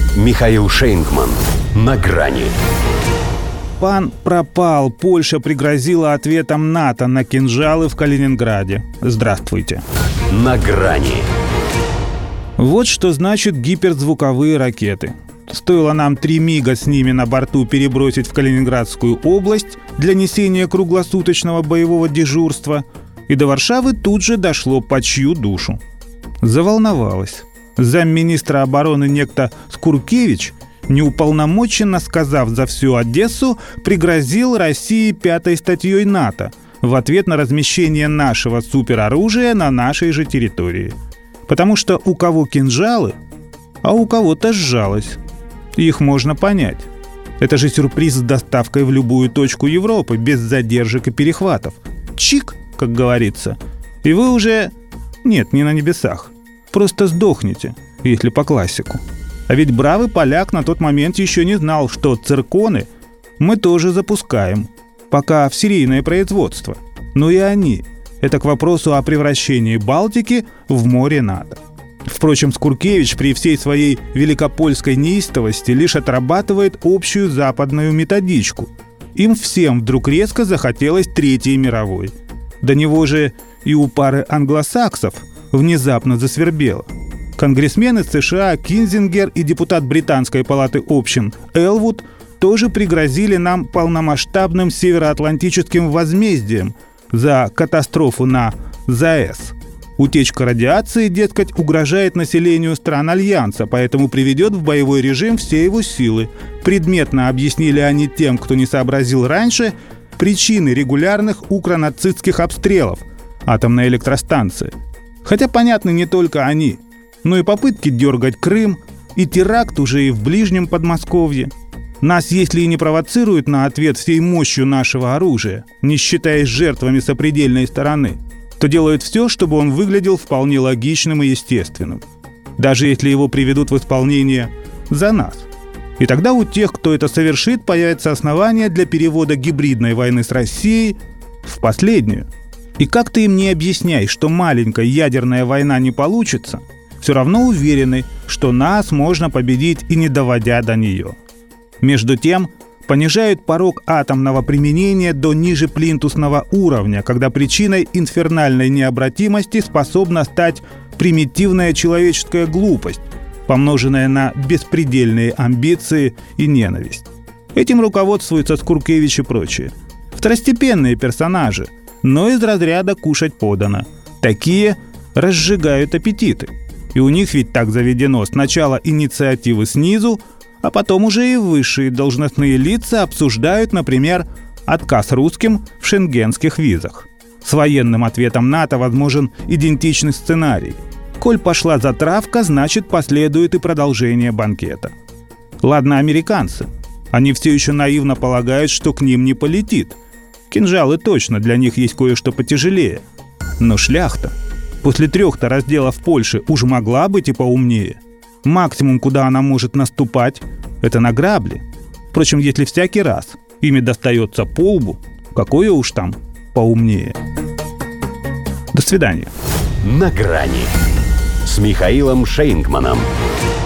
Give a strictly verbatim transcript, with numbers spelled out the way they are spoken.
Михаил Шейнгман. На грани. Пан пропал. Польша пригрозила ответом НАТО на кинжалы в Калининграде. Здравствуйте. На грани. Вот что значит гиперзвуковые ракеты. Стоило нам три мига с ними на борту перебросить в Калининградскую область для несения круглосуточного боевого дежурства, и до Варшавы тут же дошло по чью душу. Заволновалась. Замминистра обороны некто Скуркевич, неуполномоченно сказав за всю Одессу, пригрозил России пятой статьей НАТО в ответ на размещение нашего супероружия на нашей же территории. Потому что у кого кинжалы, а у кого-то сжалось. Их можно понять. Это же сюрприз с доставкой в любую точку Европы, без задержек и перехватов. Чик, как говорится. И вы уже... Нет, не на небесах. Просто сдохнете, если по классику. А ведь бравый поляк на тот момент еще не знал, что цирконы мы тоже запускаем. Пока в серийное производство. Но и они. Это к вопросу о превращении Балтики в море НАТО. Впрочем, Скуркевич при всей своей великопольской неистовости лишь отрабатывает общую западную методичку. Им всем вдруг резко захотелось Третьей мировой. До него же и у пары англосаксов внезапно засвербело. Конгрессмен из США Кинзингер и депутат Британской палаты общин Элвуд тоже пригрозили нам полномасштабным североатлантическим возмездием за катастрофу на ЗАЭС. Утечка радиации, дескать, угрожает населению стран Альянса, поэтому приведет в боевой режим все его силы. Предметно объяснили они тем, кто не сообразил раньше, причины регулярных укронацистских обстрелов атомной электростанции. Хотя понятны не только они, но и попытки дергать Крым, и теракт уже и в ближнем Подмосковье. Нас, если и не провоцируют на ответ всей мощью нашего оружия, не считаясь жертвами сопредельной стороны, то делают все, чтобы он выглядел вполне логичным и естественным. Даже если его приведут в исполнение за нас. И тогда у тех, кто это совершит, появятся основания для перевода гибридной войны с Россией в последнюю. И как ты им не объясняй, что маленькая ядерная война не получится, все равно уверены, что нас можно победить и не доводя до нее. Между тем, понижают порог атомного применения до ниже плинтусного уровня, когда причиной инфернальной необратимости способна стать примитивная человеческая глупость, помноженная на беспредельные амбиции и ненависть. Этим руководствуются Скуркевич и прочие. Второстепенные персонажи, но из разряда «кушать подано». Такие разжигают аппетиты. И у них ведь так заведено: сначала инициативы снизу, а потом уже и высшие должностные лица обсуждают, например, отказ русским в шенгенских визах. С военным ответом НАТО возможен идентичный сценарий. Коль пошла затравка, значит, последует и продолжение банкета. Ладно, американцы. Они все еще наивно полагают, что к ним не полетит. Кинжалы точно, для них есть кое-что потяжелее. Но шляхта после трех-то разделов Польши уж могла быть и поумнее. Максимум, куда она может наступать, это на грабли. Впрочем, если всякий раз ими достается по лбу, какое уж там поумнее. До свидания. На грани с Михаилом Шейнгманом.